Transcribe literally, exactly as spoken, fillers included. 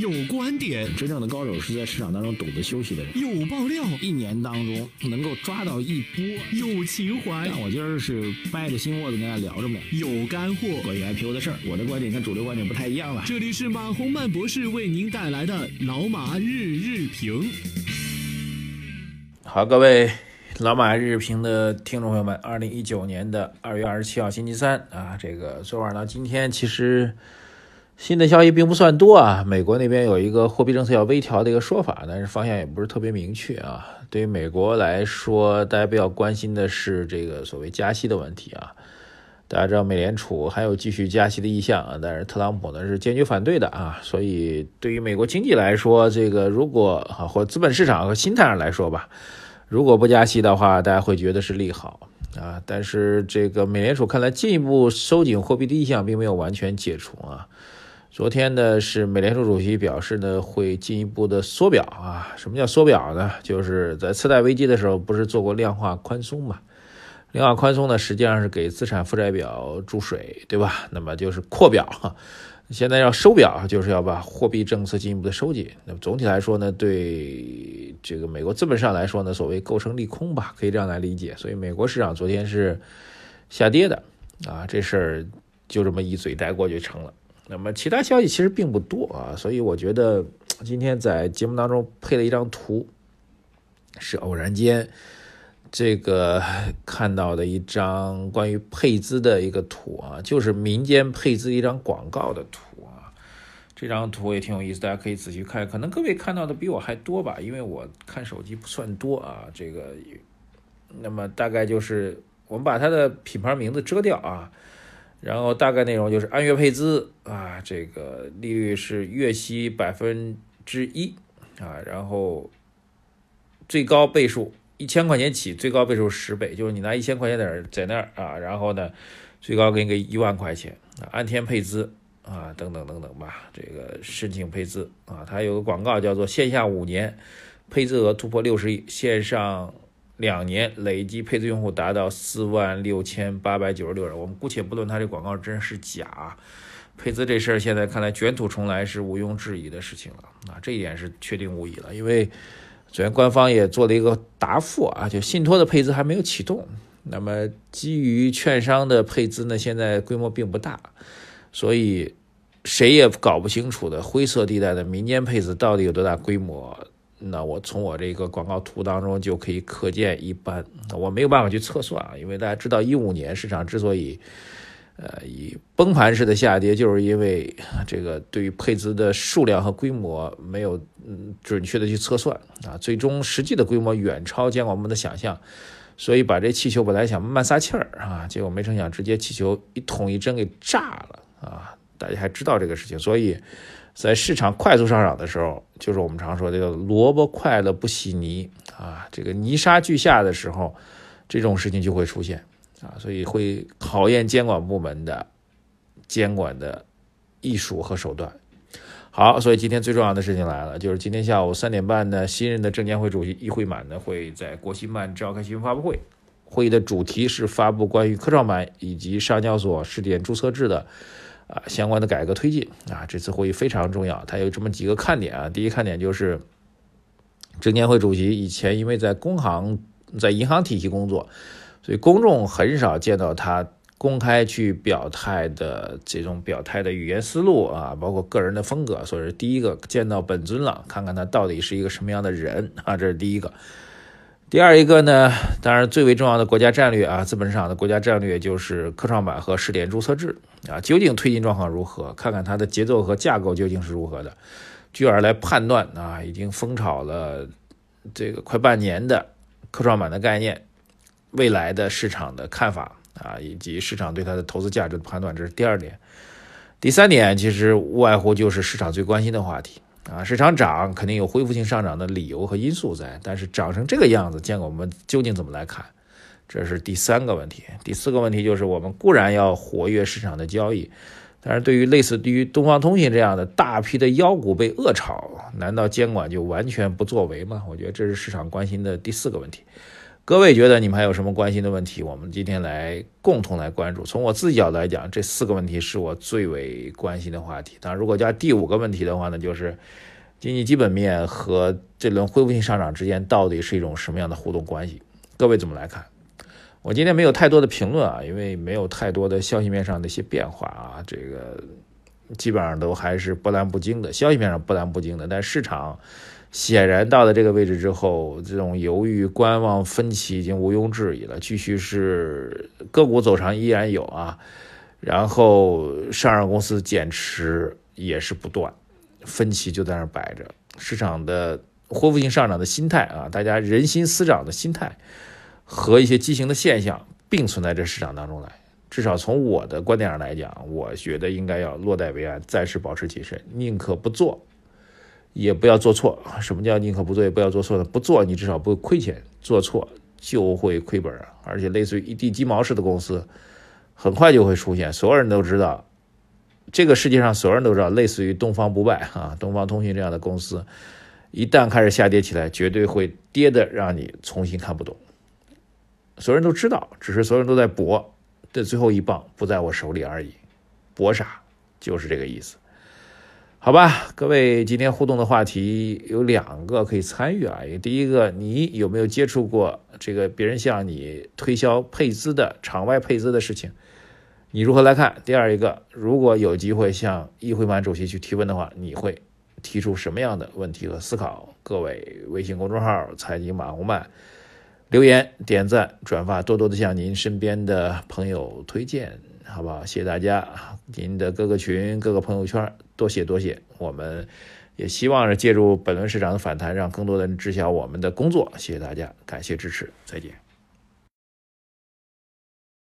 有观点， 真正的高手是在市场当中懂得休息的人。 有爆料， 一年当中能够抓到一波， 有情怀。 但我今儿是掰着心窝子跟大家聊着呢， 有干货。 关于 I P O 的事儿，我的观点跟主流观点不太一样了。 这里是马洪曼博士为您带来的老马日日评。 好，各位老马日评的听众朋友们，二零一九年的二月二十七号星期三啊，这个昨晚到今天其实新的消息并不算多啊。美国那边有一个货币政策要微调的一个说法，但是方向也不是特别明确啊。对于美国来说，大家比较关心的是这个所谓加息的问题啊。大家知道美联储还有继续加息的意向啊，但是特朗普呢是坚决反对的啊。所以对于美国经济来说，这个如果啊或资本市场和心态上来说吧，如果不加息的话，大家会觉得是利好啊。但是这个美联储看来进一步收紧货币的意向并没有完全解除啊。昨天呢是美联储主席表示呢会进一步的缩表啊。什么叫缩表呢？就是在次贷危机的时候不是做过量化宽松嘛？量化宽松呢实际上是给资产负债表注水，对吧？那么就是扩表，现在要收表，就是要把货币政策进一步的收紧。那么总体来说呢，对这个美国资本上来说呢，所谓构成利空吧，可以这样来理解。所以美国市场昨天是下跌的啊，这事儿就这么一嘴带过就成了。那么其他消息其实并不多啊，所以我觉得今天在节目当中配了一张图，是偶然间这个看到的一张关于配资的一个图啊，就是民间配资一张广告的图啊。这张图也挺有意思，大家可以仔细看，可能各位看到的比我还多吧，因为我看手机不算多啊。这个，那么大概就是我们把它的品牌名字遮掉啊，然后大概内容就是按月配资啊，这个利率是月息百分之一啊，然后最高倍数一千块钱起，最高倍数十倍，就是你拿一千块钱在那儿在那儿啊，然后呢，最高给你个一万块钱啊，按天配资啊，等等等等吧，这个申请配资啊，它有个广告叫做线下五年配资额突破六十亿，线上两年累计配资用户达到四万六千八百九十六人。我们姑且不论它这广告真是假，配资这事儿现在看来卷土重来是毋庸置疑的事情了啊，这一点是确定无疑了，因为昨天官方也做了一个答复啊，就信托的配资还没有启动。那么基于券商的配资呢，现在规模并不大，所以谁也搞不清楚的灰色地带的民间配资到底有多大规模。那我从我这个广告图当中就可以可见一斑，我没有办法去测算啊，因为大家知道一五年市场之所以呃，以崩盘式的下跌，就是因为这个对于配资的数量和规模没有嗯准确的去测算啊，最终实际的规模远超监管部门的想象，所以把这气球本来想慢慢撒气儿啊，结果没成想直接气球一捅一针给炸了啊！大家还知道这个事情，所以在市场快速上涨的时候，就是我们常说这个萝卜快了不洗泥啊，这个泥沙俱下的时候，这种事情就会出现。啊，所以会考验监管部门的监管的艺术和手段。好，所以今天最重要的事情来了，就是今天下午三点半呢，新任的证监会主席易会满呢会在国新办召开新闻发布会，会议的主题是发布关于科创板以及上交所试点注册制的啊相关的改革推进啊。这次会议非常重要，它有这么几个看点啊。第一看点就是证监会主席以前因为在工行在银行体系工作，所以公众很少见到他公开去表态的这种表态的语言思路啊，包括个人的风格，所以是第一个见到本尊了，看看他到底是一个什么样的人啊，这是第一个。第二一个呢，当然最为重要的国家战略啊，资本市场的国家战略就是科创板和试点注册制啊，究竟推进状况如何？看看它的节奏和架构究竟是如何的，继而来判断啊，已经风炒了这个快半年的科创板的概念。未来的市场的看法啊，以及市场对它的投资价值的判断，这是第二点。第三点其实无外乎就是市场最关心的话题啊，市场涨肯定有恢复性上涨的理由和因素在，但是涨成这个样子，监管我们究竟怎么来看？这是第三个问题。第四个问题就是我们固然要活跃市场的交易，但是对于类似于东方通信这样的大批的妖股被恶炒，难道监管就完全不作为吗？我觉得这是市场关心的第四个问题。 各位觉得你们还有什么关心的问题？我们今天来共同来关注。从我自己角度来讲，这四个问题是我最为关心的话题。当然，如果加第五个问题的话呢，就是经济基本面和这轮恢复性上涨之间到底是一种什么样的互动关系？各位怎么来看？我今天没有太多的评论啊，因为没有太多的消息面上的一些变化啊，这个基本上都还是波澜不惊的，消息面上波澜不惊的，但市场显然到了这个位置之后，这种犹豫、观望、分歧已经毋庸置疑了，继续是个股走长依然有啊，然后上市公司减持也是不断，分歧就在那儿摆着，市场的恢复性上涨的心态啊，大家人心思涨的心态和一些畸形的现象并存在这市场当中来。至少从我的观点上来讲，我觉得应该要落袋为安，暂时保持谨慎，宁可不做也不要做错。什么叫宁可不做也不要做错呢？不做你至少不会亏钱，做错就会亏本，而且类似于一地鸡毛式的公司很快就会出现。所有人都知道，这个世界上所有人都知道，类似于东方不败啊、东方通讯这样的公司一旦开始下跌起来，绝对会跌的让你重新看不懂。所有人都知道，只是所有人都在搏，这最后一棒不在我手里而已，搏啥就是这个意思。好吧，各位，今天互动的话题有两个可以参与啊。第一个，你有没有接触过这个别人向你推销配资的场外配资的事情，你如何来看？第二一个，如果有机会向易会满主席去提问的话，你会提出什么样的问题和思考？各位微信公众号财经马红漫留言、点赞、转发，多多的向您身边的朋友推荐，好不好？谢谢大家，您的各个群、各个朋友圈多谢多谢。我们也希望是借助本轮市场的反弹，让更多的人知晓我们的工作。谢谢大家，感谢支持，再见。